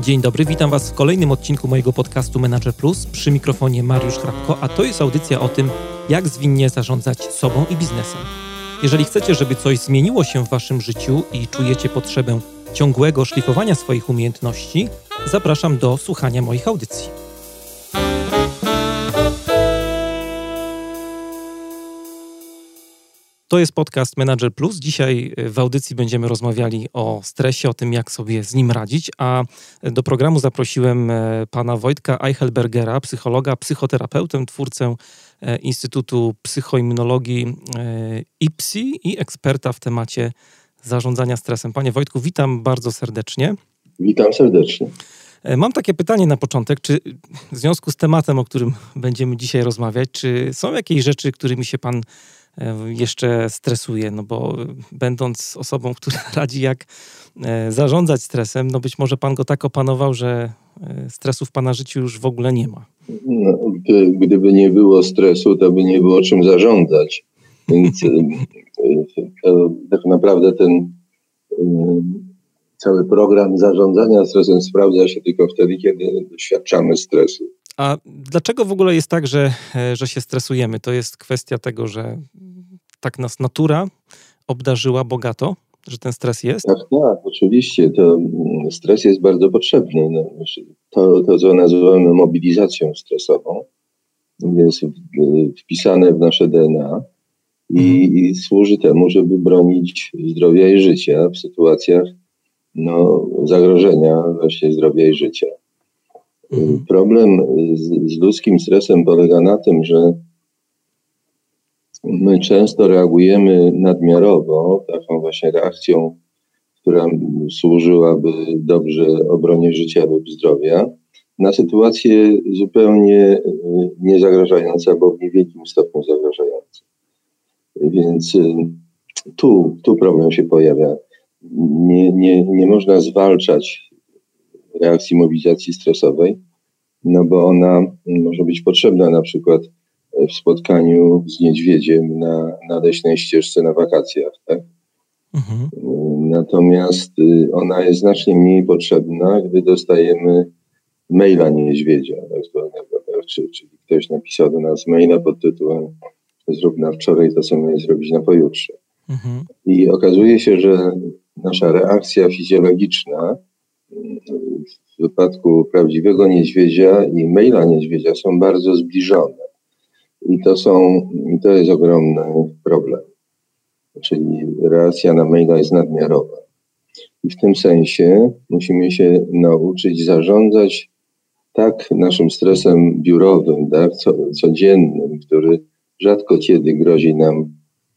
Dzień dobry, witam Was w kolejnym odcinku mojego podcastu Manager Plus. Przy mikrofonie Mariusz Hrabko, a to jest audycja o tym, jak zwinnie zarządzać sobą i biznesem. Jeżeli chcecie, żeby coś zmieniło się w Waszym życiu i czujecie potrzebę ciągłego szlifowania swoich umiejętności, zapraszam do słuchania moich audycji. To jest podcast Manager Plus. Dzisiaj w audycji będziemy rozmawiali o stresie, o tym, jak sobie z nim radzić, a do programu zaprosiłem pana Wojtka Eichelbergera, psychologa, psychoterapeutę, twórcę Instytutu Psychoimmunologii IPSI i eksperta w temacie zarządzania stresem. Panie Wojtku, witam bardzo serdecznie. Witam serdecznie. Mam takie pytanie na początek, czy w związku z tematem, o którym będziemy dzisiaj rozmawiać, czy są jakieś rzeczy, którymi się pan jeszcze stresuje, no bo będąc osobą, która radzi jak zarządzać stresem, no być może pan go tak opanował, że stresu w pana życiu już w ogóle nie ma. No, gdyby nie było stresu, to by nie było czym zarządzać. Więc tak naprawdę ten cały program zarządzania stresem sprawdza się tylko wtedy, kiedy doświadczamy stresu. A dlaczego w ogóle jest tak, że się stresujemy? To jest kwestia tego, że tak nas natura obdarzyła bogato, że ten stres jest? Tak, oczywiście. To stres jest bardzo potrzebny. To, co nazywamy mobilizacją stresową, jest wpisane w nasze DNA i służy temu, żeby bronić zdrowia i życia w sytuacjach zagrożenia właśnie zdrowia i życia. Problem z ludzkim stresem polega na tym, że my często reagujemy nadmiarowo, taką właśnie reakcją, która służyłaby dobrze obronie życia lub zdrowia, na sytuacje zupełnie niezagrażające, albo w niewielkim stopniu zagrażające. Więc tu problem się pojawia. Nie można zwalczać reakcji mobilizacji stresowej, no bo ona może być potrzebna na przykład w spotkaniu z niedźwiedziem na leśnej ścieżce na wakacjach, tak? Natomiast ona jest znacznie mniej potrzebna, gdy dostajemy maila niedźwiedzia, tak zwanego, czyli ktoś napisał do nas maila pod tytułem zrób na wczoraj to, co miałeś zrobić na pojutrze. I okazuje się, że nasza reakcja fizjologiczna w wypadku prawdziwego niedźwiedzia i maila niedźwiedzia są bardzo zbliżone. I to jest ogromny problem. Czyli reakcja na maila jest nadmiarowa. I w tym sensie musimy się nauczyć zarządzać tak naszym stresem biurowym, tak, codziennym, który rzadko kiedy grozi nam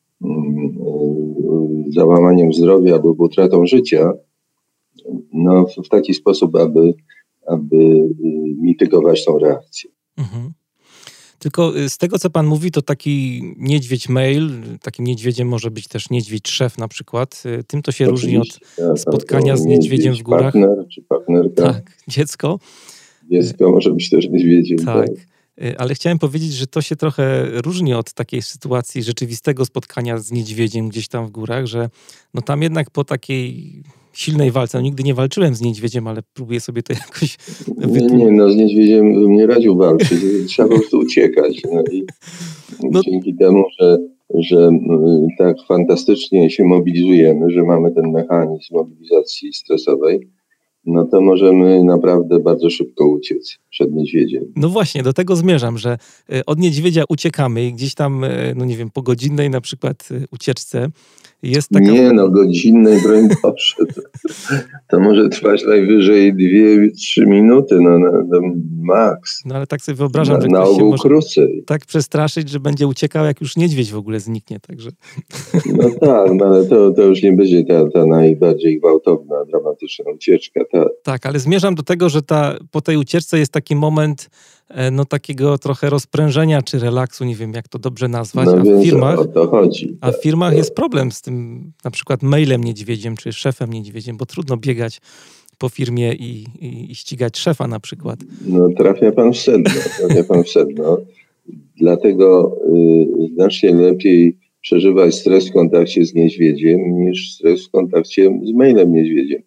załamaniem zdrowia lub utratą życia, w taki sposób, aby mitygować tą reakcję. Tylko z tego, co pan mówi, to taki niedźwiedź mail, takim niedźwiedziem może być też niedźwiedź szef na przykład. Tym to się różni od spotkania z niedźwiedziem w górach. Partner czy partnerka. Tak, dziecko. Dziecko może być też niedźwiedziem. Tak. Ale chciałem powiedzieć, że to się trochę różni od takiej sytuacji rzeczywistego spotkania z niedźwiedziem gdzieś tam w górach, że tam jednak po takiej silnej walce, nigdy nie walczyłem z niedźwiedziem, ale próbuję sobie to jakoś z niedźwiedziem bym nie radził walczyć, trzeba po prostu uciekać. Dzięki temu, że tak fantastycznie się mobilizujemy, że mamy ten mechanizm mobilizacji stresowej, to możemy naprawdę bardzo szybko uciec przed niedźwiedziem. No właśnie, do tego zmierzam, że od niedźwiedzia uciekamy i gdzieś tam, po godzinnej na przykład ucieczce jest taka... Godzinnej, broń Boże. To może trwać najwyżej 2-3 minuty, max. Ale tak sobie wyobrażam, że na ktoś się ogół może krócej. Tak przestraszyć, że będzie uciekał, jak już niedźwiedź w ogóle zniknie, także... Ale to już nie będzie ta najbardziej gwałtowna, dramatyczna ucieczka. Tak, ale zmierzam do tego, że po tej ucieczce jest taki moment takiego trochę rozprężenia czy relaksu, nie wiem jak to dobrze nazwać, o to chodzi. A w firmach jest problem z tym na przykład mailem niedźwiedziem czy szefem niedźwiedziem, bo trudno biegać po firmie i ścigać szefa na przykład. Trafia pan w sedno. Dlatego znacznie lepiej przeżywać stres w kontakcie z niedźwiedziem niż stres w kontakcie z mailem niedźwiedziem.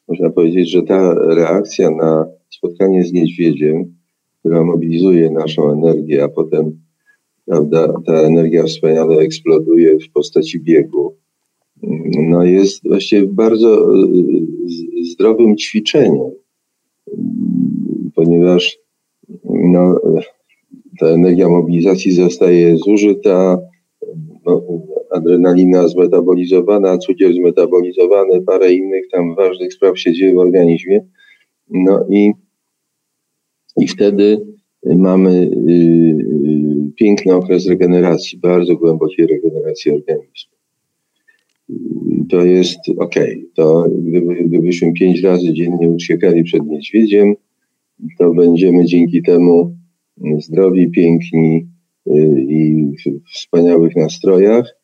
można powiedzieć, że ta reakcja na spotkanie z niedźwiedziem, która mobilizuje naszą energię, a potem, prawda, ta energia wspaniale eksploduje w postaci biegu, no jest właściwie bardzo zdrowym ćwiczeniem, ponieważ no, ta energia mobilizacji zostaje zużyta, no, adrenalina zmetabolizowana, cukier zmetabolizowany, parę innych tam ważnych spraw się dzieje w organizmie. No i wtedy mamy piękny okres regeneracji, bardzo głębokiej regeneracji organizmu. To jest okej. To gdybyśmy 5 razy dziennie uciekali przed niedźwiedziem, to będziemy dzięki temu zdrowi, piękni i w wspaniałych nastrojach.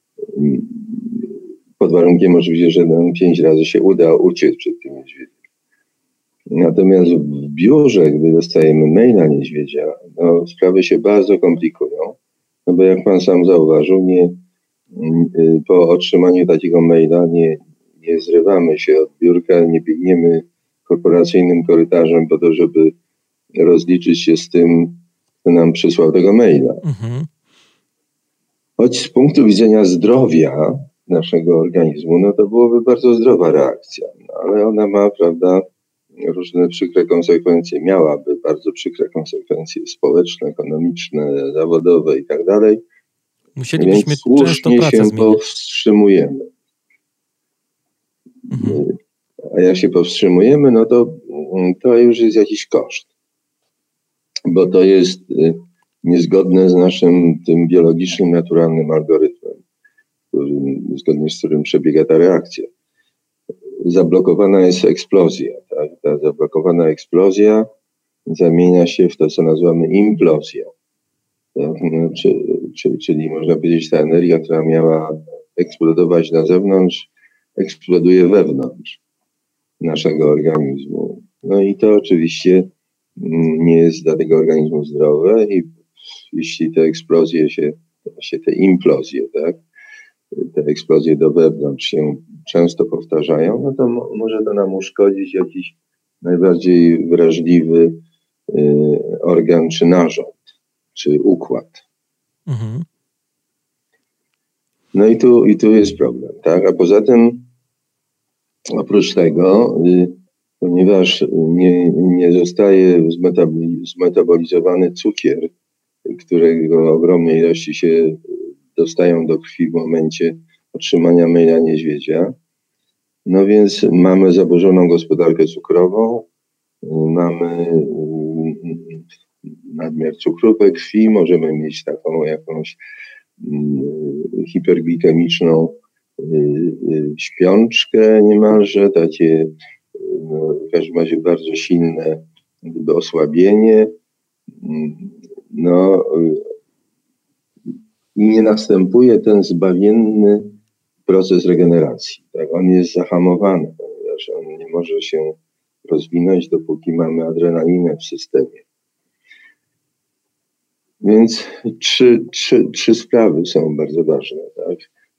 Pod warunkiem oczywiście, że nam 5 razy się uda uciec przed tym niedźwiedziem. Natomiast w biurze, gdy dostajemy maila niedźwiedzia, no, sprawy się bardzo komplikują, no bo jak pan sam zauważył, po otrzymaniu takiego maila nie zrywamy się od biurka, nie biegniemy korporacyjnym korytarzem po to, żeby rozliczyć się z tym, kto nam przysłał tego maila. Mhm. Choć z punktu widzenia zdrowia naszego organizmu, no to byłoby bardzo zdrowa reakcja, no, ale ona ma, prawda, różne przykre konsekwencje, miałaby bardzo przykre konsekwencje społeczne, ekonomiczne, zawodowe i tak dalej. Musielibyśmy Więc słusznie się zmieniać. powstrzymujemy. Mhm. A jak się powstrzymujemy, no to już jest jakiś koszt. Bo to jest niezgodne z naszym tym biologicznym, naturalnym algorytmem, zgodnie z którym przebiega ta reakcja. Zablokowana jest eksplozja. Tak? Ta zablokowana eksplozja zamienia się w to, co nazywamy implozją. Tak? No, czyli można powiedzieć, ta energia, która miała eksplodować na zewnątrz, eksploduje wewnątrz naszego organizmu. No i to oczywiście nie jest dla tego organizmu zdrowe i jeśli te eksplozje te implozje, tak, te eksplozje do wewnątrz się często powtarzają, no to może to nam uszkodzić jakiś najbardziej wrażliwy organ czy narząd, czy układ. Mhm. No i tu jest problem, tak? A poza tym, oprócz tego, ponieważ nie zostaje zmetabolizowany cukier, którego ogromne ilości się dostają do krwi w momencie otrzymania maila niedźwiedzia, no więc mamy zaburzoną gospodarkę cukrową, mamy nadmiar cukru we krwi, możemy mieć taką jakąś hiperglikemiczną śpiączkę niemalże, takie w każdym razie bardzo silne osłabienie. No i nie następuje ten zbawienny proces regeneracji. Tak? On jest zahamowany, ponieważ on nie może się rozwinąć, dopóki mamy adrenalinę w systemie. Więc trzy sprawy są bardzo ważne. Tak?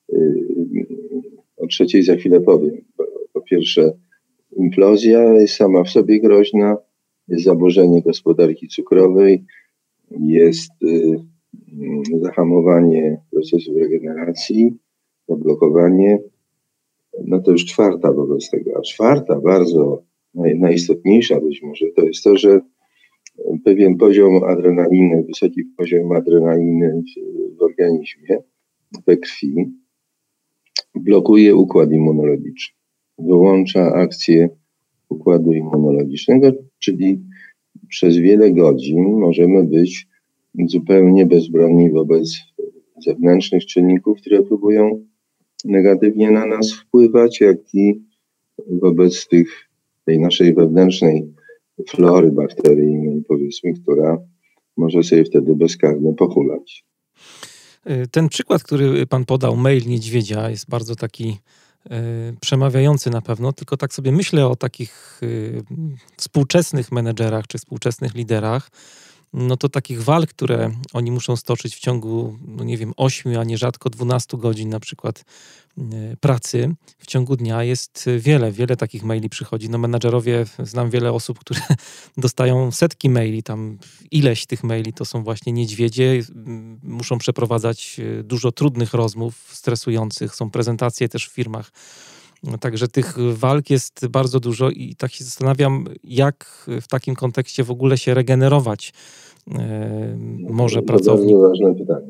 O trzeciej za chwilę powiem. Po pierwsze, implozja jest sama w sobie groźna, jest zaburzenie gospodarki cukrowej, jest zahamowanie procesu regeneracji, zablokowanie. No to już czwarta wobec tego. A czwarta, bardzo najistotniejsza być może, to jest to, że pewien poziom adrenaliny, wysoki poziom adrenaliny w organizmie, we krwi, blokuje układ immunologiczny. Wyłącza akcję układu immunologicznego, czyli przez wiele godzin możemy być zupełnie bezbronni wobec zewnętrznych czynników, które próbują negatywnie na nas wpływać, jak i wobec tej naszej wewnętrznej flory bakteryjnej, powiedzmy, która może sobie wtedy bezkarnie pochulać. Ten przykład, który pan podał, mail niedźwiedzia, jest bardzo taki przemawiający na pewno, tylko tak sobie myślę o takich współczesnych menedżerach czy współczesnych liderach, no to takich walk, które oni muszą stoczyć w ciągu, no nie wiem, 8, a nierzadko 12 godzin na przykład pracy w ciągu dnia jest wiele takich maili przychodzi. No menadżerowie, znam wiele osób, które dostają setki maili, tam ileś tych maili to są właśnie niedźwiedzie, muszą przeprowadzać dużo trudnych rozmów, stresujących, są prezentacje też w firmach. Także tych walk jest bardzo dużo i tak się zastanawiam, jak w takim kontekście w ogóle się regenerować może pracownik. To bardzo ważne pytanie.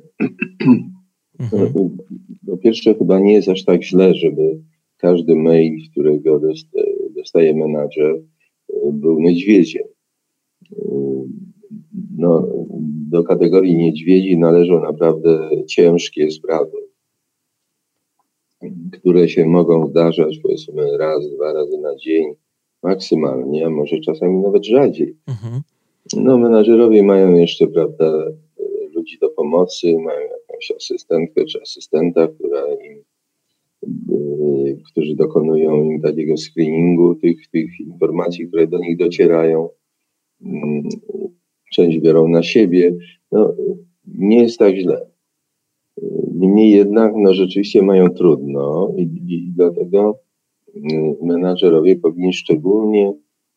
Po pierwsze, chyba nie jest aż tak źle, żeby każdy mail, którego dostaje menadżer, był niedźwiedziem. No, do kategorii niedźwiedzi należą naprawdę ciężkie sprawy, które się mogą zdarzać powiedzmy raz, 2 razy na dzień maksymalnie, a może czasami nawet rzadziej. No, menadżerowie mają jeszcze, prawda, ludzi do pomocy, mają jakąś asystentkę czy asystenta, którzy dokonują im takiego screeningu tych informacji, które do nich docierają. Część biorą na siebie. No, nie jest tak źle. Niemniej jednak no, rzeczywiście mają trudno i dlatego menadżerowie powinni szczególnie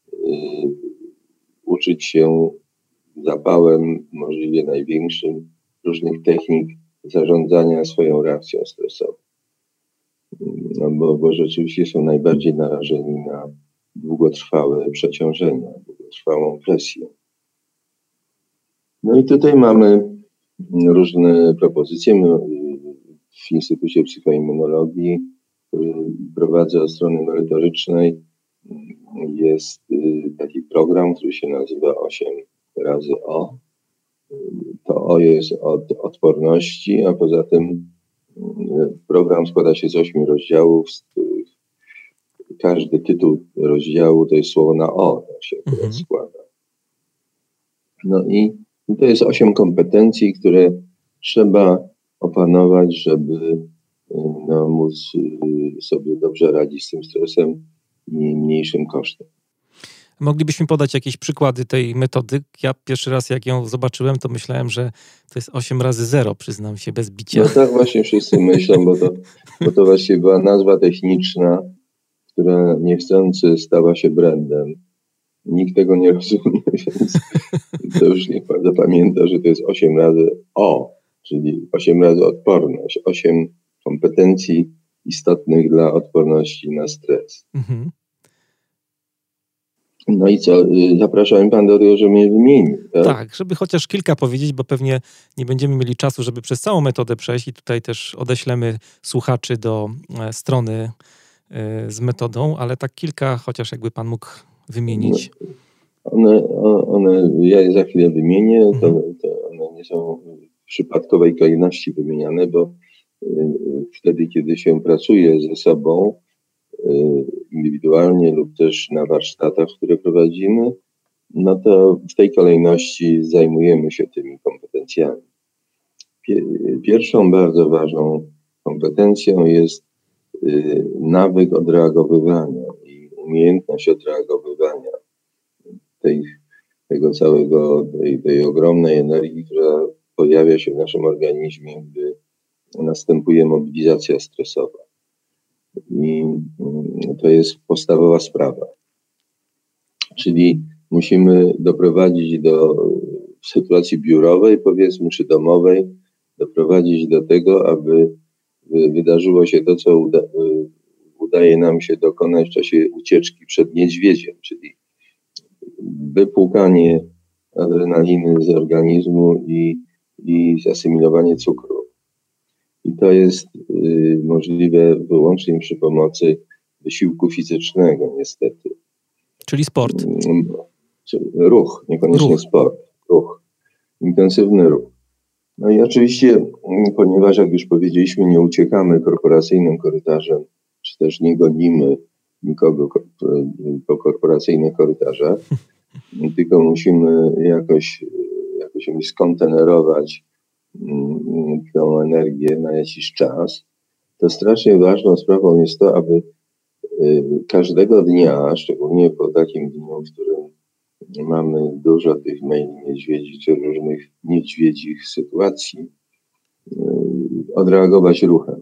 uczyć się zapałem możliwie największym różnych technik zarządzania swoją reakcją stresową. No, bo rzeczywiście są najbardziej narażeni na długotrwałe przeciążenia, długotrwałą presję. No i tutaj mamy różne propozycje. My w Instytucie Psychoimmunologii, który prowadzę od strony merytorycznej, jest taki program, który się nazywa 8 razy O. To O jest od odporności, a poza tym program składa się z 8 rozdziałów, z których każdy tytuł rozdziału to jest słowo na O, tak się składa. No i to jest 8 kompetencji, które trzeba opanować, żeby no, móc sobie dobrze radzić z tym stresem i mniejszym kosztem. Moglibyśmy podać jakieś przykłady tej metody? Ja pierwszy raz jak ją zobaczyłem, to myślałem, że to jest 8 razy 0, przyznam się, bez bicia. No tak właśnie wszyscy myślą, bo to właściwie była nazwa techniczna, która niechcący stała się brandem. Nikt tego nie rozumie, więc to już niech pan zapamięta, że to jest 8 razy O, czyli 8 razy odporność, 8 kompetencji istotnych dla odporności na stres. No i co? Zapraszam pan do tego, żebym je wymienił. Tak, żeby chociaż kilka powiedzieć, bo pewnie nie będziemy mieli czasu, żeby przez całą metodę przejść i tutaj też odeślemy słuchaczy do strony z metodą, ale tak kilka chociaż jakby pan mógł wymienić. Ja je za chwilę wymienię, to one nie są w przypadkowej kolejności wymieniane, bo wtedy, kiedy się pracuje ze sobą indywidualnie lub też na warsztatach, które prowadzimy, no to w tej kolejności zajmujemy się tymi kompetencjami. Pierwszą bardzo ważną kompetencją jest nawyk odreagowywania i umiejętność odreagowywania tej ogromnej energii, która pojawia się w naszym organizmie, gdy następuje mobilizacja stresowa. I to jest podstawowa sprawa. Czyli musimy doprowadzić w sytuacji biurowej, powiedzmy, czy domowej, doprowadzić do tego, aby wydarzyło się to, co udaje nam się dokonać w czasie ucieczki przed niedźwiedziem, czyli wypłukanie adrenaliny z organizmu i zasymilowanie cukru. I to jest możliwe wyłącznie przy pomocy wysiłku fizycznego, niestety. Czyli sport. Ruch, niekoniecznie sport. Ruch. Intensywny ruch. No i oczywiście, ponieważ jak już powiedzieliśmy, nie uciekamy korporacyjnym korytarzem, czy też nie gonimy nikogo po korporacyjnych korytarzach, tylko musimy jakoś skontenerować tą energię na jakiś czas, to strasznie ważną sprawą jest to, aby każdego dnia, szczególnie po takim dniu, w którym mamy dużo tych maili niedźwiedzi, czy różnych niedźwiedzich sytuacji, odreagować ruchem.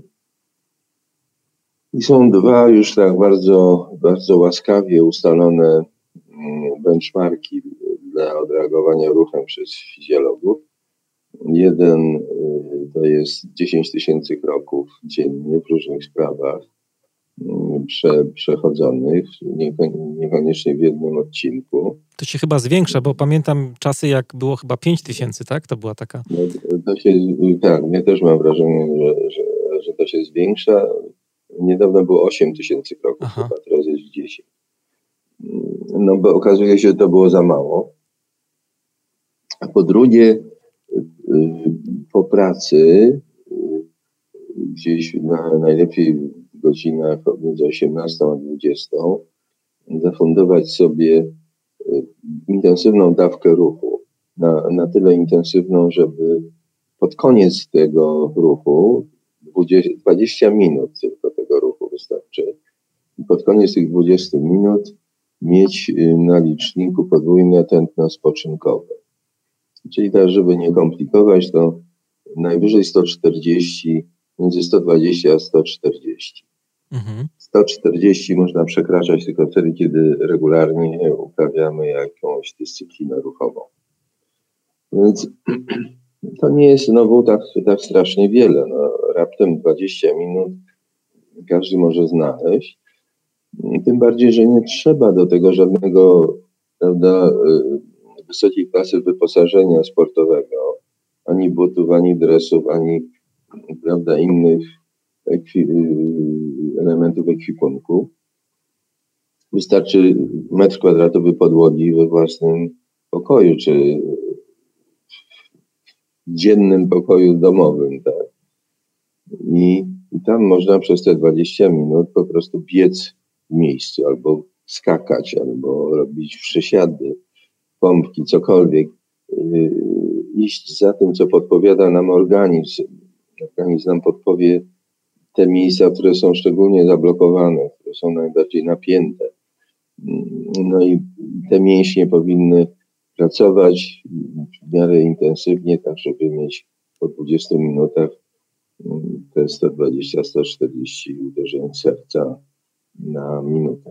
I są dwa już tak bardzo, bardzo łaskawie ustalone benchmarki dla odreagowania ruchem przez fizjologów. Jeden to jest 10 000 kroków dziennie w różnych sprawach przechodzonych, niekoniecznie w jednym odcinku. To się chyba zwiększa, bo pamiętam czasy, jak było chyba 5000, tak? To była taka... Tak, ja też mam wrażenie, że to się zwiększa. Niedawno było 8 000 kroków, chyba teraz jest 10. No bo okazuje się, że to było za mało. A po drugie, po pracy, gdzieś najlepiej w godzinach między 18 a 20, zafundować sobie intensywną dawkę ruchu. Na tyle intensywną, żeby pod koniec tego ruchu, 20 minut tylko tego ruchu wystarczy, i pod koniec tych 20 minut mieć na liczniku podwójne tętno spoczynkowe. Czyli tak, żeby nie komplikować, to najwyżej 140, między 120 a 140. 140 można przekraczać tylko wtedy, kiedy regularnie uprawiamy jakąś dyscyplinę ruchową. Więc to nie jest znowu tak strasznie wiele. No, raptem 20 minut każdy może znaleźć. Tym bardziej, że nie trzeba do tego żadnego, prawda, wysokiej klasy wyposażenia sportowego, ani butów, ani dresów, ani, prawda, innych elementów ekwipunku. Wystarczy metr kwadratowy podłogi we własnym pokoju, czy w dziennym pokoju domowym, tak? I tam można przez te 20 minut po prostu biec w miejscu, albo skakać, albo robić przysiady, pompki, cokolwiek. Iść za tym, co podpowiada nam organizm. Organizm nam podpowie te miejsca, które są szczególnie zablokowane, które są najbardziej napięte. No i te mięśnie powinny pracować w miarę intensywnie, tak żeby mieć po 20 minutach te 120-140 uderzeń serca na minutę.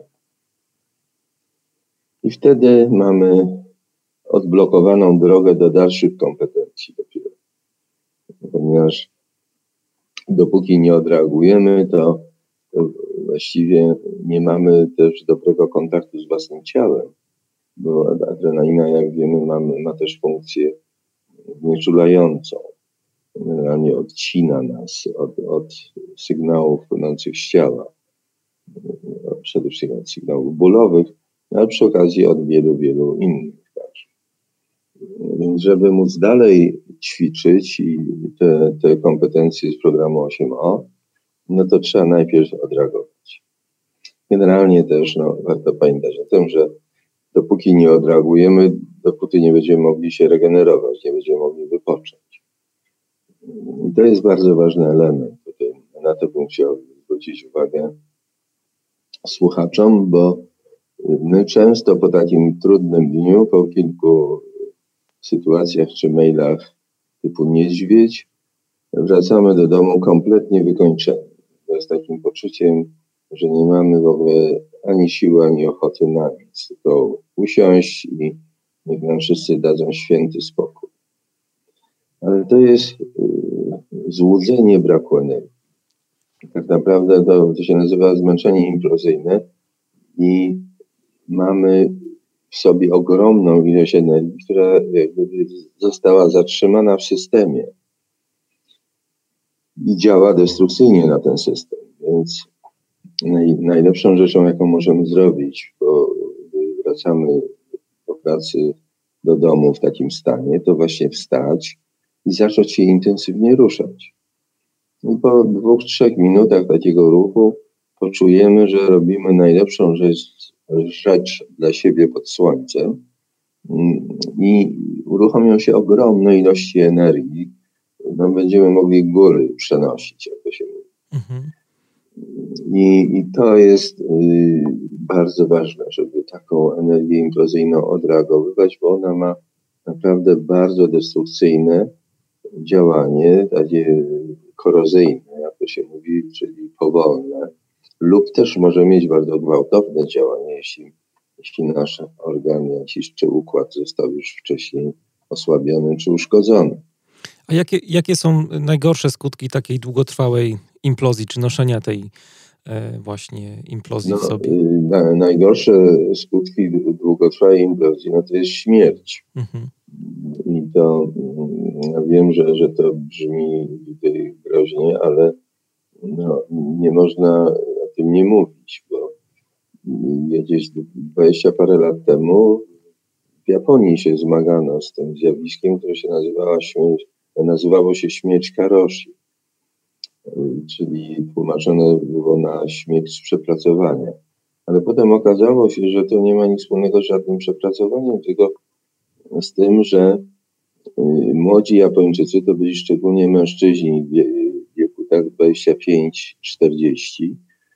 I wtedy mamy odblokowaną drogę do dalszych kompetencji dopiero. Ponieważ dopóki nie odreagujemy, to właściwie nie mamy też dobrego kontaktu z własnym ciałem, bo adrenalina, jak wiemy, ma też funkcję znieczulającą. Generalnie odcina nas od sygnałów płynących z ciała, przede wszystkim od sygnałów bólowych, ale przy okazji od wielu, wielu innych także. Więc żeby móc dalej ćwiczyć i te kompetencje z programu 8O, no to trzeba najpierw odreagować. Generalnie też warto pamiętać o tym, że dopóki nie odreagujemy, dopóty nie będziemy mogli się regenerować, nie będziemy mogli wypocząć. I to jest bardzo ważny element. Tutaj na to bym chciał zwrócić uwagę słuchaczom, bo my często po takim trudnym dniu, po kilku sytuacjach czy mailach typu niedźwiedź, wracamy do domu kompletnie wykończeni. Z takim poczuciem, że nie mamy w ogóle ani siły, ani ochoty na nic, tylko usiąść i niech nam wszyscy dadzą święty spokój. Ale to jest złudzenie braku energii. Tak naprawdę to się nazywa zmęczenie implozyjne i mamy w sobie ogromną ilość energii, która jakby została zatrzymana w systemie i działa destrukcyjnie na ten system. Więc najlepszą rzeczą, jaką możemy zrobić, bo wracamy po pracy do domu w takim stanie, to właśnie wstać i zacząć się intensywnie ruszać. I po 2-3 minutach takiego ruchu poczujemy, że robimy najlepszą rzecz dla siebie pod słońcem i uruchomią się ogromne ilości energii. No, będziemy mogli góry przenosić, jak to się mówi. I to jest bardzo ważne, żeby taką energię implozyjną odreagowywać, bo ona ma naprawdę bardzo destrukcyjne działanie, takie korozyjne, jak to się mówi, czyli powolne, lub też może mieć bardzo gwałtowne działanie, jeśli nasz organ, jakiś czy układ został już wcześniej osłabiony czy uszkodzony. A jakie są najgorsze skutki takiej długotrwałej implozji, czy noszenia tej właśnie implozji w sobie? Najgorsze skutki długotrwałej implozji to jest śmierć. I to ja wiem, że to brzmi tutaj groźnie, ale nie można o tym nie mówić, bo gdzieś 20 parę lat temu w Japonii się zmagano z tym zjawiskiem, które się nazywało się śmierć karoshi, czyli tłumaczone było na śmierć z przepracowania. Ale potem okazało się, że to nie ma nic wspólnego z żadnym przepracowaniem, tylko z tym, że młodzi Japończycy, to byli szczególnie mężczyźni w wieku 25-40,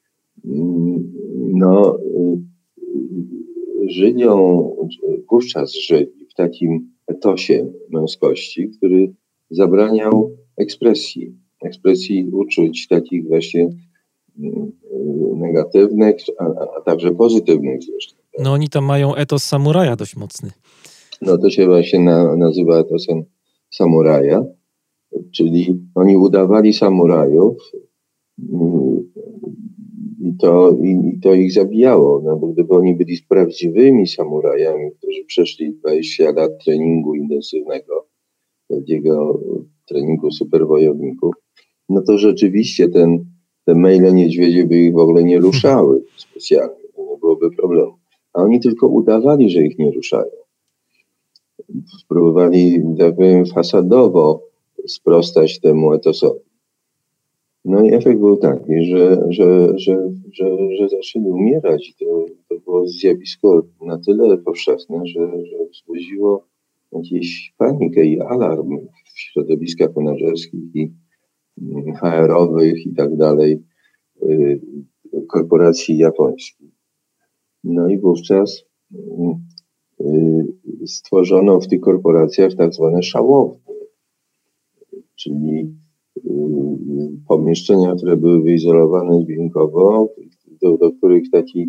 wówczas żyli w takim etosie męskości, który zabraniał ekspresji uczuć takich właśnie negatywnych, a także pozytywnych zresztą. No oni tam mają etos samuraja dość mocny. No to się właśnie nazywa etosem samuraja, czyli oni udawali samurajów i to ich zabijało, no bo gdyby oni byli prawdziwymi samurajami, którzy przeszli 20 lat treningu intensywnego, takiego treningu superwojowników, no to rzeczywiście te maile niedźwiedzie by ich w ogóle nie ruszały specjalnie, nie byłoby problemu. A oni tylko udawali, że ich nie ruszają. Spróbowali, tak powiem, fasadowo sprostać temu etosowi. No i efekt był taki, że zaczęli umierać. To było zjawisko na tyle powszechne, że wzbudziło jakąś panikę i alarm w środowiskach menedżerskich i HR-owych i tak dalej korporacji japońskich. No i wówczas stworzono w tych korporacjach tak zwane szałownie, czyli pomieszczenia, które były wyizolowane dźwiękowo, do których taki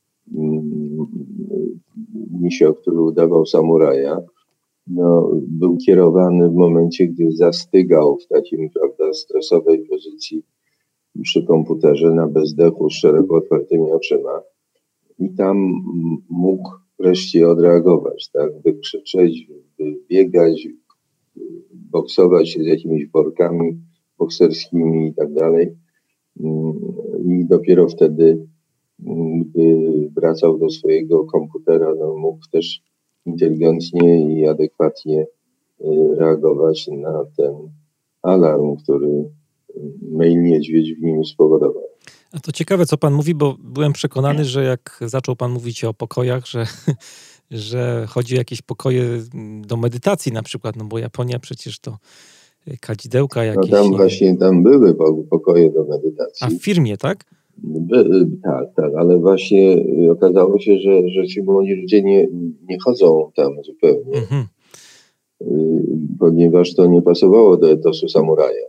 misio, który udawał samuraja, był kierowany w momencie, gdy zastygał w takim, prawda, stresowej pozycji przy komputerze na bezdechu z szeroko otwartymi oczyma i tam mógł wreszcie odreagować, tak, wykrzyczeć, biegać, boksować się z jakimiś workami bokserskimi i tak dalej. I dopiero wtedy, gdy wracał do swojego komputera, mógł też inteligentnie i adekwatnie reagować na ten alarm, który mail niedźwiedź w nim spowodował. A to ciekawe, co pan mówi, bo byłem przekonany, że jak zaczął pan mówić o pokojach, że chodzi o jakieś pokoje do medytacji na przykład, no bo Japonia przecież to kadzidełka jakieś. No tam były pokoje do medytacji. A w firmie, tak? Tak, ale właśnie okazało się, że ci młodzi ludzie nie chodzą tam zupełnie, ponieważ to nie pasowało do etosu samuraja.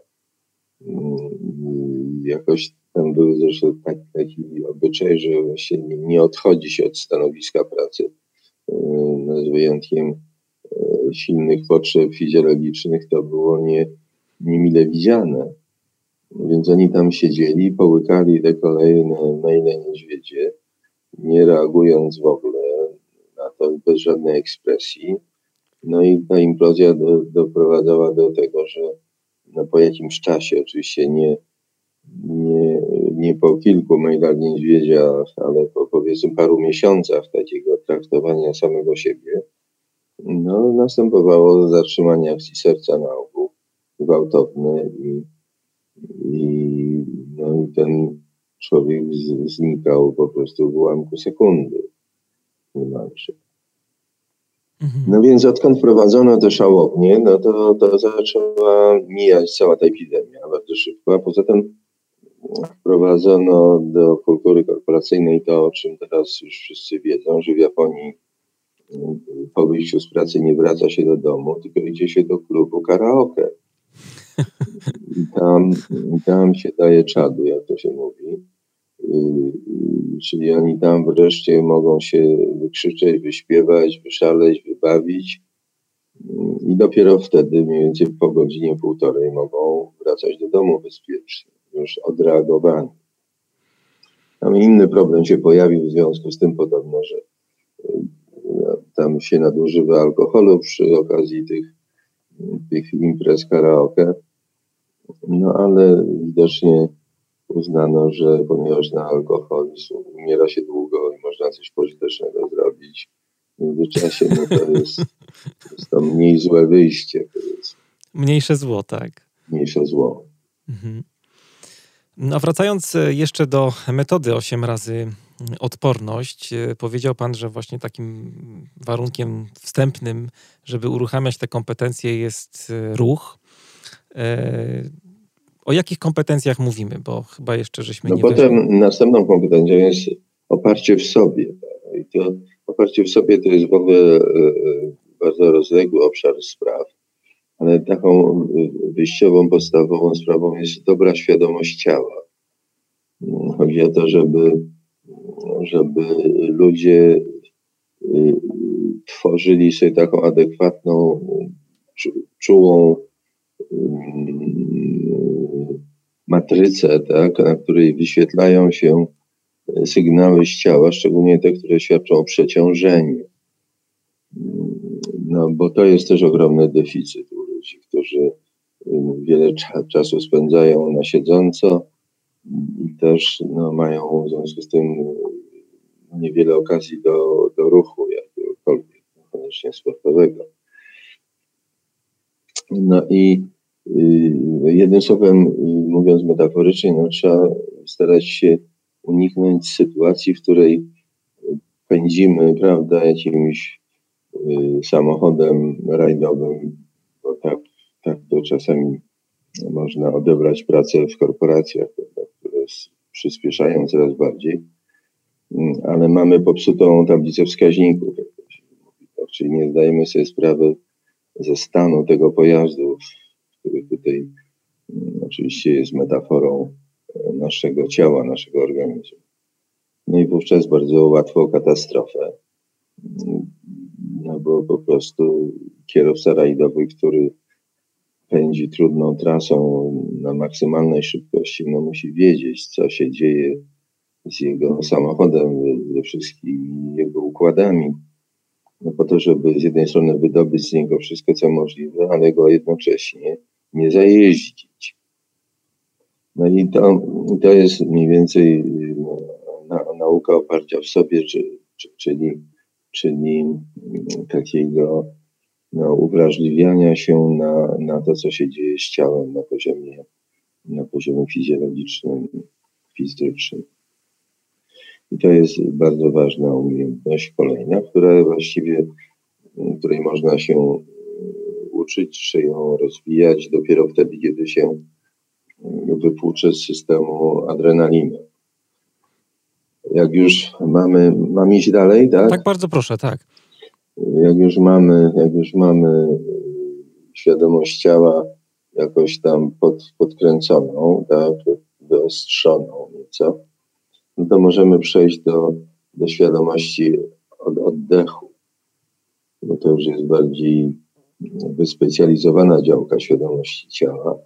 Jakoś tam był zresztą taki obyczaj, że właśnie nie odchodzi się od stanowiska pracy, z wyjątkiem silnych potrzeb fizjologicznych, to było niemile widziane. Więc oni tam siedzieli, połykali te kolejne maile niedźwiedzie, nie reagując w ogóle na to, bez żadnej ekspresji. No i ta implozja doprowadzała do tego, że po jakimś czasie, oczywiście nie po kilku mailach niedźwiedzia, ale po powiedzmy paru miesiącach takiego traktowania samego siebie, następowało zatrzymanie akcji serca na ogół gwałtowne i ten człowiek znikał po prostu w ułamku sekundy niemalże. No więc odkąd wprowadzono te szałownie, to zaczęła mijać cała ta epidemia bardzo szybko, a poza tym wprowadzono do kultury korporacyjnej to, o czym teraz już wszyscy wiedzą, że w Japonii po wyjściu z pracy nie wraca się do domu, tylko idzie się do klubu karaoke. Tam się daje czadu, jak to się mówi. Czyli oni tam wreszcie mogą się wykrzyczeć, wyśpiewać, wyszaleć, wybawić i dopiero wtedy, mniej więcej po godzinie, półtorej, mogą wracać do domu bezpiecznie, już odreagowani. Tam inny problem się pojawił w związku z tym podobno, że tam się nadużywa alkoholu przy okazji tych imprez karaoke, no ale widocznie uznano, że ponieważ na alkoholizm umiera się długo i można coś pożytecznego zrobić w międzyczasie, no to jest to mniej złe wyjście. Mniejsze zło, tak. Mniejsze zło. Mhm. No, wracając jeszcze do metody 8 razy odporność, powiedział pan, że właśnie takim warunkiem wstępnym, żeby uruchamiać te kompetencje, jest ruch. O jakich kompetencjach mówimy? Bo chyba jeszcze żeśmy nie potem weszli. Następną kompetencją jest oparcie w sobie. I to oparcie w sobie to jest w ogóle bardzo rozległy obszar spraw, ale taką wyjściową, podstawową sprawą jest dobra świadomość ciała. Chodzi o to, żeby ludzie tworzyli sobie taką adekwatną, czułą matrycę, tak, na której wyświetlają się sygnały z ciała, szczególnie te, które świadczą o przeciążeniu. No, bo to jest też ogromny deficyt u ludzi, którzy wiele czasu spędzają na siedząco i też mają w związku z tym niewiele okazji do ruchu, jakiegokolwiek, koniecznie sportowego. No i jednym słowem, mówiąc metaforycznie, trzeba starać się uniknąć sytuacji, w której pędzimy, prawda, jakimś samochodem rajdowym, bo tak to czasami można odebrać pracę w korporacjach, które przyspieszają coraz bardziej, ale mamy popsutą tablicę wskaźników, czyli nie zdajemy sobie sprawy ze stanu tego pojazdu, który tutaj oczywiście jest metaforą naszego ciała, naszego organizmu. No i wówczas bardzo łatwo o katastrofę, no bo po prostu kierowca rajdowy, który pędzi trudną trasą na maksymalnej szybkości, musi wiedzieć, co się dzieje z jego samochodem, ze wszystkimi jego układami, po to, żeby z jednej strony wydobyć z niego wszystko, co możliwe, ale go jednocześnie nie zajeździć. No i to jest mniej więcej nauka oparcia w sobie, czyli takiego uwrażliwiania się na to, co się dzieje z ciałem na poziomie fizjologicznym, fizycznym. I to jest bardzo ważna umiejętność kolejna, której można się uczyć, czy ją rozwijać dopiero wtedy, kiedy się wypłucze z systemu adrenaliny. Jak już mam iść dalej, tak? Tak, bardzo proszę, tak. Jak już mamy świadomość ciała jakoś tam podkręconą, tak, wyostrzoną nieco, no to możemy przejść do świadomości oddechu, bo to już jest bardziej wyspecjalizowana działka świadomości ciała.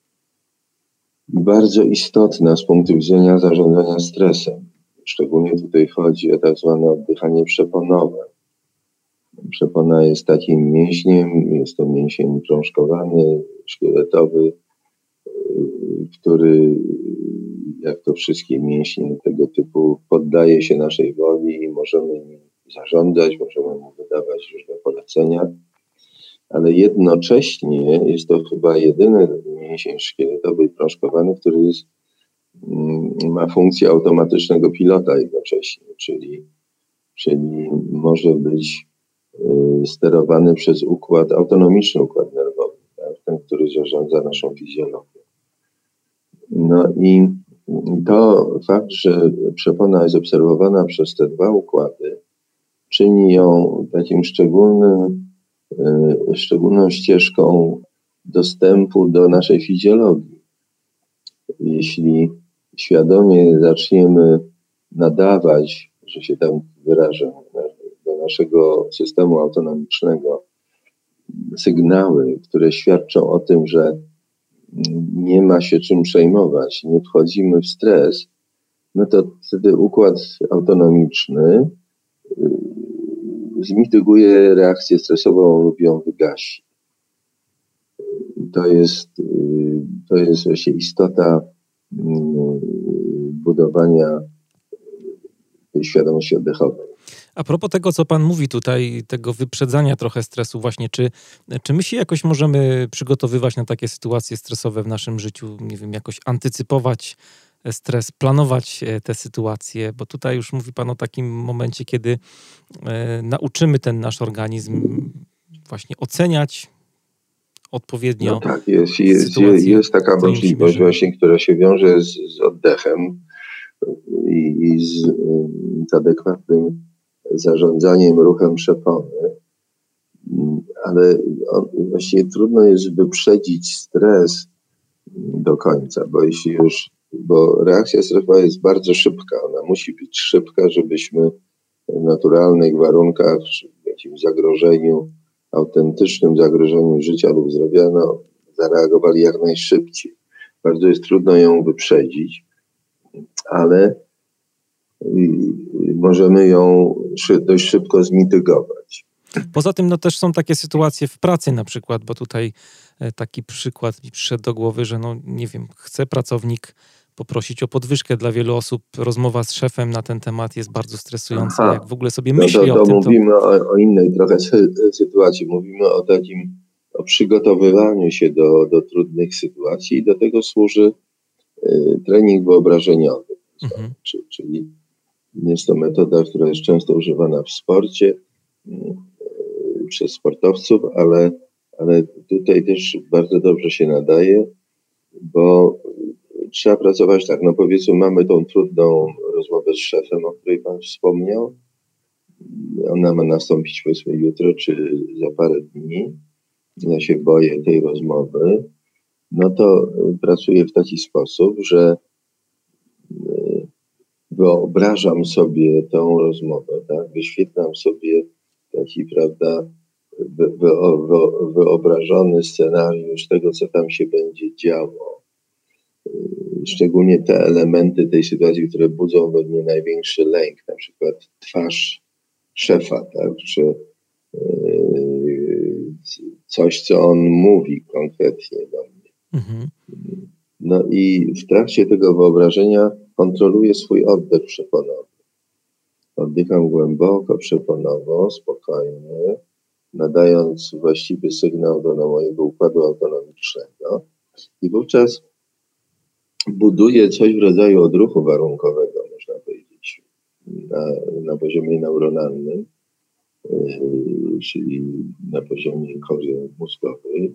Bardzo istotna z punktu widzenia zarządzania stresem. Szczególnie tutaj chodzi o tak zwane oddychanie przeponowe. Przepona jest takim mięśniem, jest to mięsień prążkowany, szkieletowy, który, jak to wszystkie mięśnie tego typu, poddaje się naszej woli i możemy nim zarządzać, możemy mu wydawać różne polecenia, ale jednocześnie jest to chyba jedyny mięsień szkieletowy i prążkowany, który ma funkcję automatycznego pilota jednocześnie, czyli może być sterowany przez autonomiczny układ nerwowy, tak? Ten, który zarządza naszą fizjologią. No i to fakt, że przepona jest obserwowana przez te dwa układy, czyni ją takim szczególną ścieżką dostępu do naszej fizjologii. Jeśli świadomie zaczniemy nadawać, że się tam wyrażę, do naszego systemu autonomicznego sygnały, które świadczą o tym, że nie ma się czym przejmować, nie wchodzimy w stres, no to wtedy układ autonomiczny zmityguje reakcję stresową lub ją wygasi. To jest właśnie istota budowania tej świadomości oddechowej. A propos tego, co pan mówi tutaj, tego wyprzedzania trochę stresu właśnie, czy my się jakoś możemy przygotowywać na takie sytuacje stresowe w naszym życiu, nie wiem, jakoś antycypować stres, planować te sytuacje, bo tutaj już mówi pan o takim momencie, kiedy nauczymy ten nasz organizm właśnie oceniać odpowiednio. No tak, jest taka możliwość właśnie, która się wiąże z oddechem i z adekwatnym zarządzaniem ruchem przepony, ale właściwie trudno jest wyprzedzić stres do końca, bo reakcja stresowa jest bardzo szybka. Ona musi być szybka, żebyśmy w naturalnych warunkach, w jakimś zagrożeniu, autentycznym zagrożeniu życia lub zdrowia, zareagowali jak najszybciej. Bardzo jest trudno ją wyprzedzić, ale możemy ją dość szybko zmitygować. Poza tym też są takie sytuacje w pracy na przykład, bo tutaj taki przykład mi przyszedł do głowy, że nie wiem, chce pracownik poprosić o podwyżkę. Dla wielu osób rozmowa z szefem na ten temat jest bardzo stresująca. Jak w ogóle sobie myśli o tym. Mówimy o innej trochę sytuacji. Mówimy o o przygotowywaniu się do trudnych sytuacji i do tego służy trening wyobrażeniowy. Czyli jest to metoda, która jest często używana w sporcie przez sportowców, ale tutaj też bardzo dobrze się nadaje, bo trzeba pracować tak, powiedzmy mamy tą trudną rozmowę z szefem, o której pan wspomniał. Ona ma nastąpić powiedzmy jutro czy za parę dni. Ja się boję tej rozmowy. No to pracuję w taki sposób, że wyobrażam sobie tą rozmowę, tak? Wyświetlam sobie taki, prawda, wyobrażony scenariusz tego, co tam się będzie działo. Szczególnie te elementy tej sytuacji, które budzą we mnie największy lęk, na przykład twarz szefa, tak? Czy coś, co on mówi konkretnie do mnie. No i w trakcie tego wyobrażenia kontroluję swój oddech przeponowy. Oddycham głęboko, przeponowo, spokojnie, nadając właściwy sygnał do mojego układu autonomicznego i wówczas buduję coś w rodzaju odruchu warunkowego, można powiedzieć, na poziomie neuronalnym, czyli na poziomie kory mózgowej,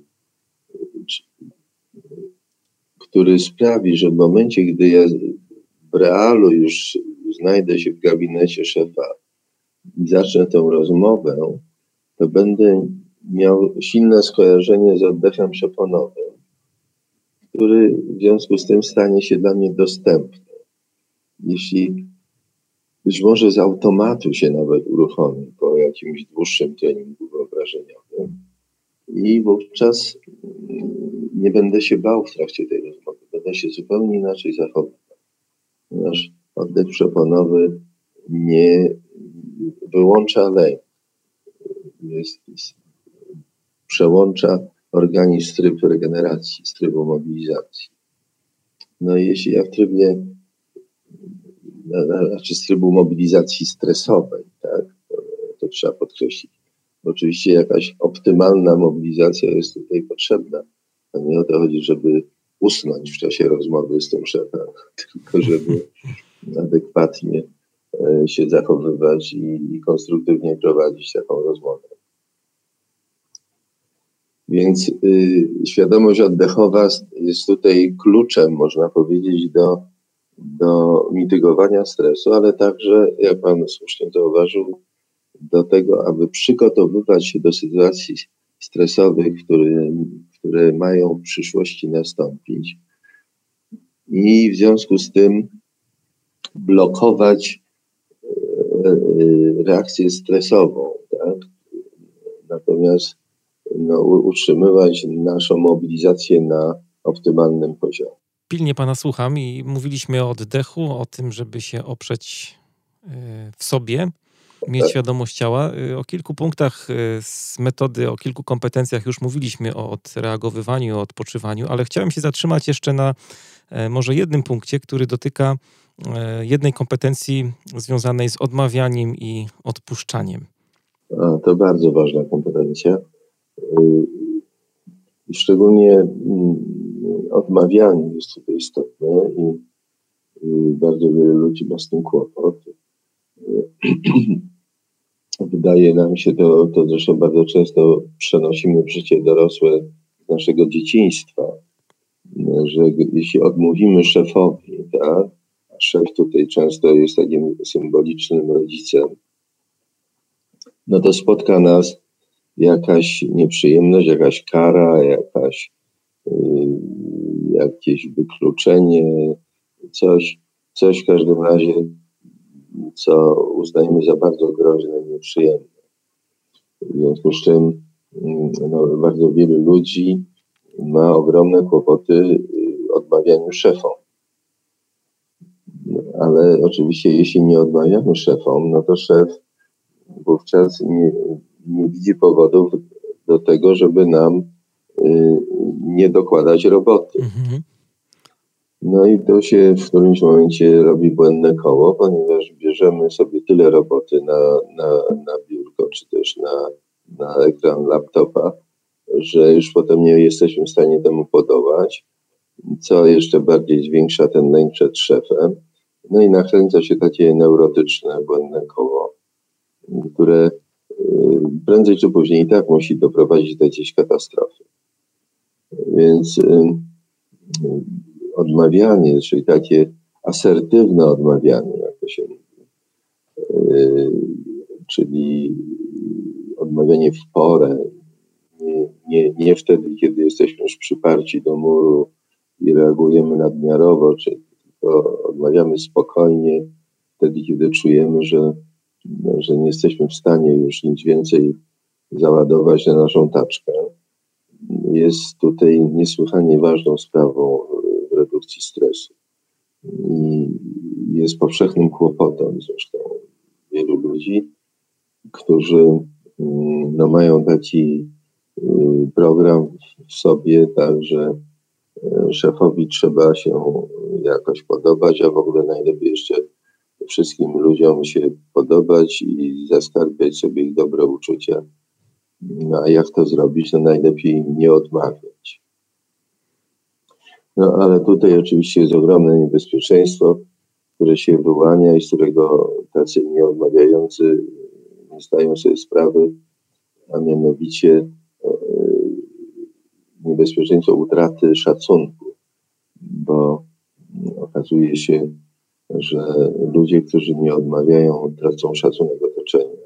który sprawi, że w momencie, gdy ja w realu już znajdę się w gabinecie szefa i zacznę tę rozmowę, to będę miał silne skojarzenie z oddechem przeponowym, który w związku z tym stanie się dla mnie dostępny. Jeśli być może z automatu się nawet uruchomi po jakimś dłuższym treningu wyobrażeniowym i wówczas nie będę się bał w trakcie tej rozmowy, będę się zupełnie inaczej zachowywał. Ponieważ oddech przeponowy nie wyłącza lęk, przełącza organizm w tryb regeneracji, z trybu mobilizacji. No i jeśli ja w trybie, z trybu mobilizacji stresowej, tak, to trzeba podkreślić. Oczywiście jakaś optymalna mobilizacja jest tutaj potrzebna. To nie o to chodzi, żeby usnąć w czasie rozmowy z tym szefem, tylko żeby adekwatnie się zachowywać i konstruktywnie prowadzić taką rozmowę. Więc świadomość oddechowa jest tutaj kluczem, można powiedzieć, do do mitygowania stresu, ale także, jak Pan słusznie zauważył, do tego, aby przygotowywać się do sytuacji stresowych, które mają w przyszłości nastąpić i w związku z tym blokować reakcję stresową, tak? Natomiast utrzymywać naszą mobilizację na optymalnym poziomie. Pilnie Pana słucham i mówiliśmy o oddechu, o tym, żeby się oprzeć w sobie, mieć świadomość ciała. O kilku punktach z metody, o kilku kompetencjach już mówiliśmy, o odreagowywaniu, o odpoczywaniu, ale chciałem się zatrzymać jeszcze na może jednym punkcie, który dotyka jednej kompetencji związanej z odmawianiem i odpuszczaniem. To bardzo ważna kompetencja. I szczególnie odmawianie jest tutaj istotne i bardzo wiele ludzi ma z tym kłopot. Wydaje nam się, to zresztą bardzo często przenosimy w życie dorosłe z naszego dzieciństwa, że jeśli odmówimy szefowi, tak, a szef tutaj często jest takim symbolicznym rodzicem, no to spotka nas jakaś nieprzyjemność, jakaś kara, jakieś wykluczenie, coś w każdym razie, co uznajemy za bardzo groźne i nieprzyjemne. W związku z czym bardzo wielu ludzi ma ogromne kłopoty odmawianiu szefom. Ale oczywiście jeśli nie odmawiamy szefom, no to szef wówczas nie widzi powodów do tego, żeby nam nie dokładać roboty. Mhm. No i to się w którymś momencie robi błędne koło, ponieważ bierzemy sobie tyle roboty na biurko, czy też na ekran laptopa, że już potem nie jesteśmy w stanie temu podołać, co jeszcze bardziej zwiększa ten lęk przed szefem. No i nakręca się takie neurotyczne, błędne koło, które prędzej czy później i tak musi doprowadzić do jakiejś katastrofy. Więc odmawianie, czyli takie asertywne odmawianie, jak to się mówi, czyli odmawianie w porę, nie wtedy, kiedy jesteśmy już przyparci do muru i reagujemy nadmiarowo, tylko odmawiamy spokojnie, wtedy, kiedy czujemy, że nie jesteśmy w stanie już nic więcej załadować na naszą taczkę, jest tutaj niesłychanie ważną sprawą w redukcji stresu. I jest powszechnym kłopotem zresztą wielu ludzi, którzy mają taki program w sobie, tak, że szefowi trzeba się jakoś podobać, a w ogóle najlepiej jeszcze wszystkim ludziom się podobać i zaskarbiać sobie ich dobre uczucia. No a jak to zrobić? No najlepiej nie odmawiać. No ale tutaj oczywiście jest ogromne niebezpieczeństwo, które się wyłania i z którego tacy nieodmawiający nie zdają sobie sprawy, a mianowicie niebezpieczeństwo utraty szacunku, bo okazuje się, że ludzie, którzy nie odmawiają, tracą szacunek otoczenia.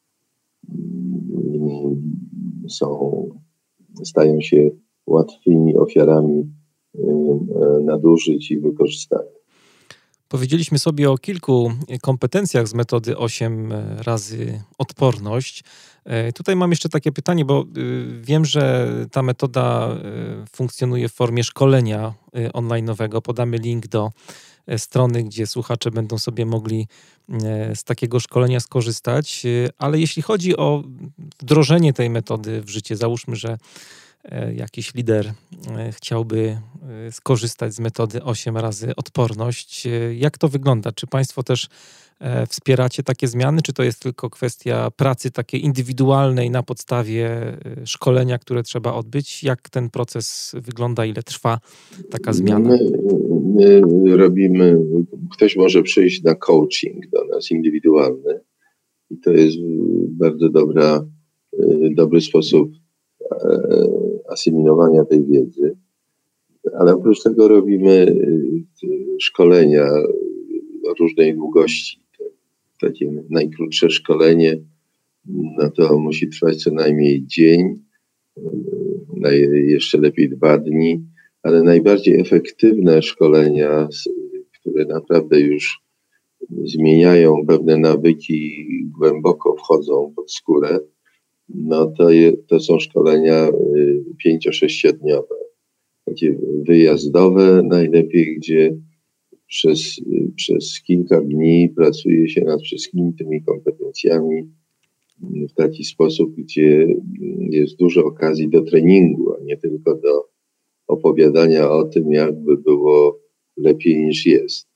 Stają się łatwymi ofiarami nadużyć i wykorzystania. Powiedzieliśmy sobie o kilku kompetencjach z metody 8 razy odporność. Tutaj mam jeszcze takie pytanie, bo wiem, że ta metoda funkcjonuje w formie szkolenia online'owego. Podamy link do strony, gdzie słuchacze będą sobie mogli z takiego szkolenia skorzystać. Ale jeśli chodzi o wdrożenie tej metody w życie, załóżmy, że jakiś lider chciałby skorzystać z metody 8 razy odporność. Jak to wygląda? Czy Państwo też wspieracie takie zmiany, czy to jest tylko kwestia pracy takiej indywidualnej na podstawie szkolenia, które trzeba odbyć? Jak ten proces wygląda? Ile trwa taka zmiana? My robimy, ktoś może przyjść na coaching do nas indywidualny i to jest bardzo dobry sposób asymilowania tej wiedzy. Ale oprócz tego robimy szkolenia o różnej długości. Takie najkrótsze szkolenie, no to musi trwać co najmniej dzień, jeszcze lepiej 2 dni, ale najbardziej efektywne szkolenia, które naprawdę już zmieniają pewne nawyki, głęboko wchodzą pod skórę, no to są szkolenia 5-6-dniowe. Takie wyjazdowe najlepiej, gdzie przez kilka dni pracuje się nad wszystkimi tymi kompetencjami w taki sposób, gdzie jest dużo okazji do treningu, a nie tylko do opowiadania o tym, jakby było lepiej niż jest.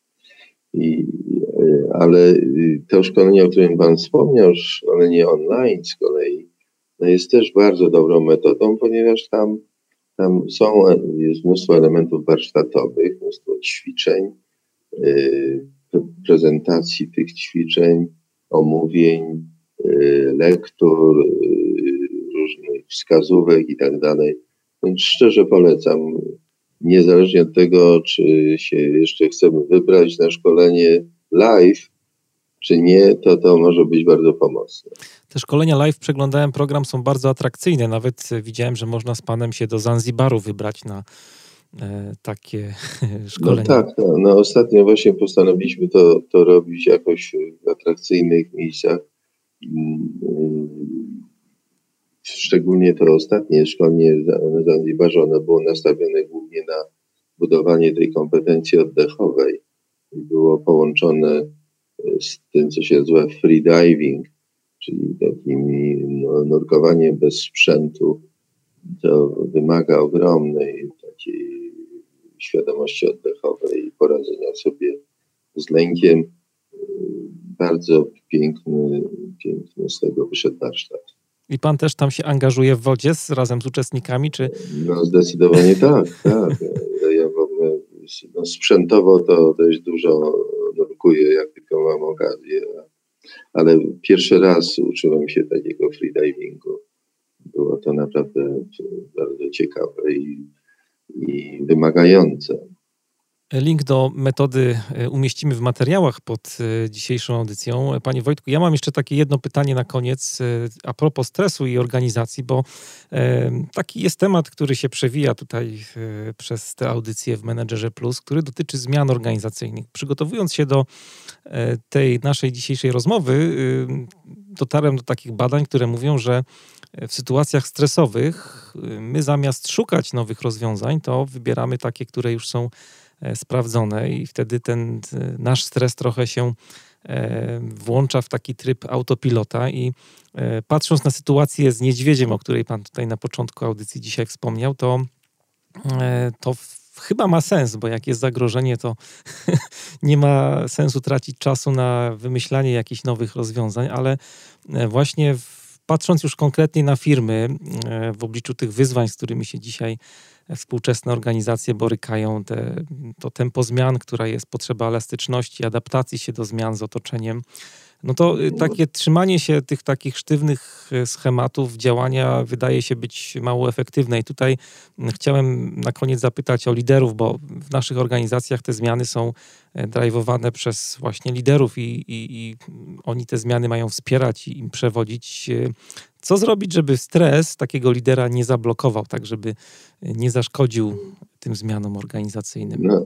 Ale to szkolenie, o którym Pan wspomniał, szkolenie online z kolei, no jest też bardzo dobrą metodą, ponieważ tam jest mnóstwo elementów warsztatowych, mnóstwo ćwiczeń, prezentacji tych ćwiczeń, omówień, lektur, różnych wskazówek i tak dalej. Więc szczerze polecam, niezależnie od tego, czy się jeszcze chcemy wybrać na szkolenie live, czy nie, to może być bardzo pomocne. Te szkolenia live, przeglądałem program, są bardzo atrakcyjne. Nawet widziałem, że można z Panem się do Zanzibaru wybrać na takie szkolenia. No tak, no ostatnio właśnie postanowiliśmy to robić jakoś w atrakcyjnych miejscach. Szczególnie to ostatnie szkolenie na Zanzibarze, ono było nastawione głównie na budowanie tej kompetencji oddechowej i było połączone z tym, co się nazywa freediving, czyli takim nurkowaniem bez sprzętu. To wymaga ogromnej takiej świadomości oddechowej i poradzenia sobie z lękiem. Bardzo piękny z tego wyszedł warsztat. I Pan też tam się angażuje w wodzie razem z uczestnikami, czy? No zdecydowanie tak. Ja w ogóle sprzętowo to dość dużo nurkuję, jak tylko mam okazję, ale pierwszy raz uczyłem się takiego freedivingu. Było to naprawdę bardzo ciekawe i wymagające. Link do metody umieścimy w materiałach pod dzisiejszą audycją. Panie Wojtku, ja mam jeszcze takie jedno pytanie na koniec a propos stresu i organizacji, bo taki jest temat, który się przewija tutaj przez tę audycję w Menedżerze Plus, który dotyczy zmian organizacyjnych. Przygotowując się do tej naszej dzisiejszej rozmowy, dotarłem do takich badań, które mówią, że w sytuacjach stresowych my zamiast szukać nowych rozwiązań, to wybieramy takie, które już są sprawdzone i wtedy ten nasz stres trochę się włącza w taki tryb autopilota i patrząc na sytuację z niedźwiedziem, o której Pan tutaj na początku audycji dzisiaj wspomniał, to chyba ma sens, bo jak jest zagrożenie, to nie ma sensu tracić czasu na wymyślanie jakichś nowych rozwiązań, ale właśnie patrząc już konkretnie na firmy w obliczu tych wyzwań, z którymi się dzisiaj współczesne organizacje borykają, to tempo zmian, która jest, potrzeba elastyczności, adaptacji się do zmian z otoczeniem, no to takie trzymanie się tych takich sztywnych schematów działania wydaje się być mało efektywne. I tutaj chciałem na koniec zapytać o liderów, bo w naszych organizacjach te zmiany są drive'owane przez właśnie liderów i oni te zmiany mają wspierać i im przewodzić. Co zrobić, żeby stres takiego lidera nie zablokował, tak żeby nie zaszkodził tym zmianom organizacyjnym? No,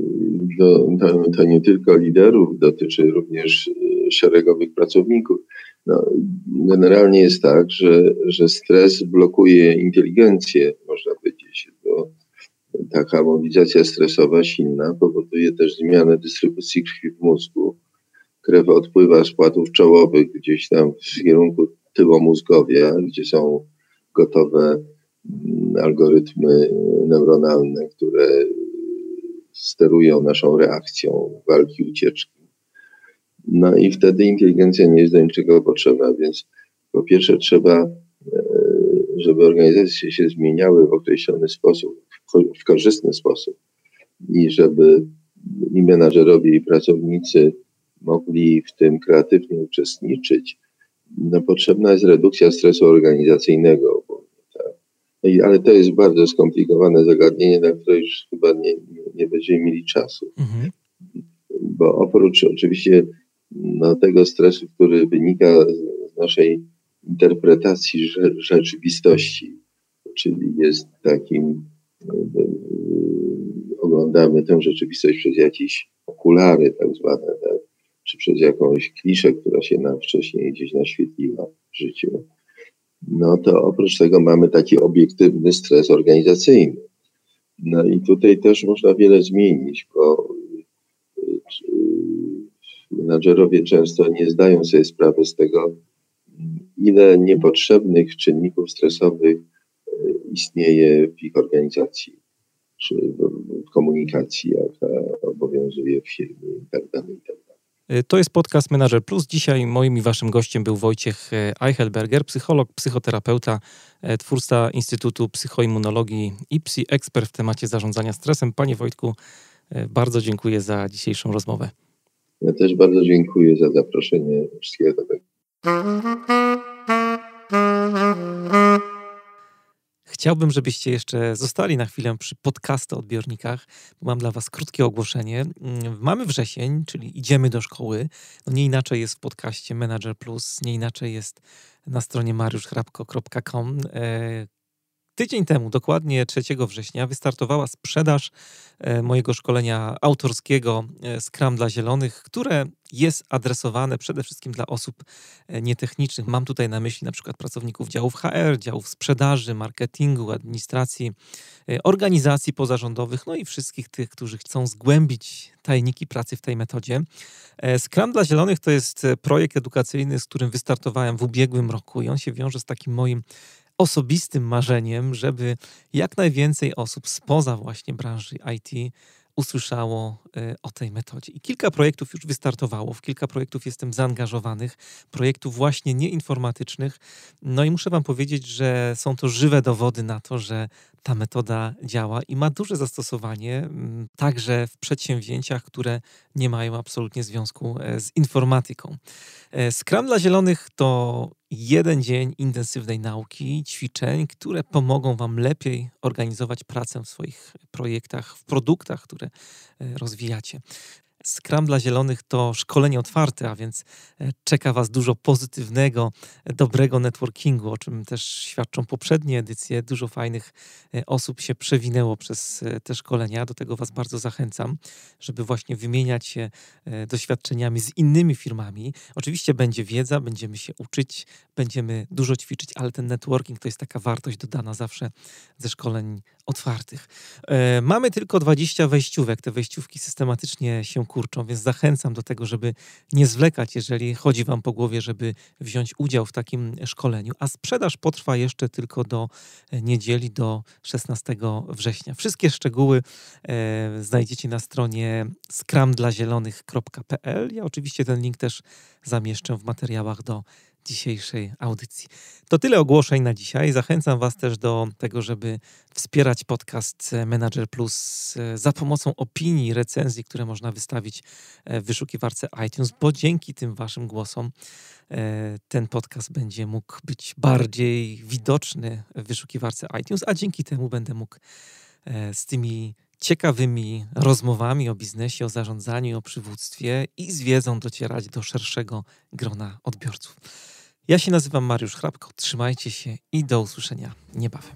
to nie tylko liderów, dotyczy również szeregowych pracowników. No, generalnie jest tak, że stres blokuje inteligencję, można powiedzieć, bo taka mobilizacja stresowa silna powoduje też zmianę dystrybucji krwi w mózgu. Krew odpływa z płatów czołowych gdzieś tam w kierunku tyłomózgowia, gdzie są gotowe algorytmy neuronalne, które sterują naszą reakcją walki, ucieczki. No i wtedy inteligencja nie jest do niczego potrzebna, więc po pierwsze trzeba, żeby organizacje się zmieniały w określony sposób, w korzystny sposób i żeby i menadżerowie, i pracownicy mogli w tym kreatywnie uczestniczyć, no potrzebna jest redukcja stresu organizacyjnego, bo Ale to jest bardzo skomplikowane zagadnienie, na które już chyba nie będziemy mieli czasu. Bo oprócz oczywiście tego stresu, który wynika z naszej interpretacji rzeczywistości, czyli jest takim, oglądamy tę rzeczywistość przez jakieś okulary tak zwane, tak? Czy przez jakąś kliszę, która się nam wcześniej gdzieś naświetliła w życiu. No to oprócz tego mamy taki obiektywny stres organizacyjny. No i tutaj też można wiele zmienić, bo menadżerowie często nie zdają sobie sprawy z tego, ile niepotrzebnych czynników stresowych istnieje w ich organizacji, czy w komunikacji, jaka obowiązuje w firmie itd. To jest podcast Manager Plus. Dzisiaj moim i waszym gościem był Wojciech Eichelberger, psycholog, psychoterapeuta, twórca Instytutu Psychoimmunologii IPSI, ekspert w temacie zarządzania stresem. Panie Wojtku, bardzo dziękuję za dzisiejszą rozmowę. Ja też bardzo dziękuję za zaproszenie. Wszystkiego dobrego. Chciałbym, żebyście jeszcze zostali na chwilę przy odbiornikach, bo mam dla was krótkie ogłoszenie. Mamy wrzesień, czyli idziemy do szkoły. No nie inaczej jest w podcaście Manager Plus, nie inaczej jest na stronie mariuszchrapko.com. Tydzień temu, dokładnie 3 września, wystartowała sprzedaż mojego szkolenia autorskiego Scrum dla Zielonych, które jest adresowane przede wszystkim dla osób nietechnicznych. Mam tutaj na myśli na przykład pracowników działów HR, działów sprzedaży, marketingu, administracji, organizacji pozarządowych, no i wszystkich tych, którzy chcą zgłębić tajniki pracy w tej metodzie. Scrum dla Zielonych to jest projekt edukacyjny, z którym wystartowałem w ubiegłym roku i on się wiąże z takim moim osobistym marzeniem, żeby jak najwięcej osób spoza właśnie branży IT usłyszało o tej metodzie. I kilka projektów już wystartowało, w kilka projektów jestem zaangażowanych, projektów właśnie nieinformatycznych. No i muszę wam powiedzieć, że są to żywe dowody na to, że ta metoda działa i ma duże zastosowanie także w przedsięwzięciach, które nie mają absolutnie związku z informatyką. Scrum dla Zielonych to 1 dzień intensywnej nauki, ćwiczeń, które pomogą wam lepiej organizować pracę w swoich projektach, w produktach, które rozwijacie. Scrum dla Zielonych to szkolenie otwarte, a więc czeka was dużo pozytywnego, dobrego networkingu, o czym też świadczą poprzednie edycje. Dużo fajnych osób się przewinęło przez te szkolenia. Do tego was bardzo zachęcam, żeby właśnie wymieniać się doświadczeniami z innymi firmami. Oczywiście będzie wiedza, będziemy się uczyć, będziemy dużo ćwiczyć, ale ten networking to jest taka wartość dodana zawsze ze szkoleń otwartych. Mamy tylko 20 wejściówek. Te wejściówki systematycznie się kurczą, więc zachęcam do tego, żeby nie zwlekać, jeżeli chodzi wam po głowie, żeby wziąć udział w takim szkoleniu. A sprzedaż potrwa jeszcze tylko do niedzieli, do 16 września. Wszystkie szczegóły znajdziecie na stronie scrumdlazielonych.pl. Ja oczywiście ten link też zamieszczę w materiałach do dzisiejszej audycji. To tyle ogłoszeń na dzisiaj. Zachęcam was też do tego, żeby wspierać podcast Manager Plus za pomocą opinii, recenzji, które można wystawić w wyszukiwarce iTunes, bo dzięki tym waszym głosom ten podcast będzie mógł być bardziej widoczny w wyszukiwarce iTunes, a dzięki temu będę mógł z tymi ciekawymi rozmowami o biznesie, o zarządzaniu, o przywództwie i z wiedzą docierać do szerszego grona odbiorców. Ja się nazywam Mariusz Chrapko, trzymajcie się i do usłyszenia niebawem.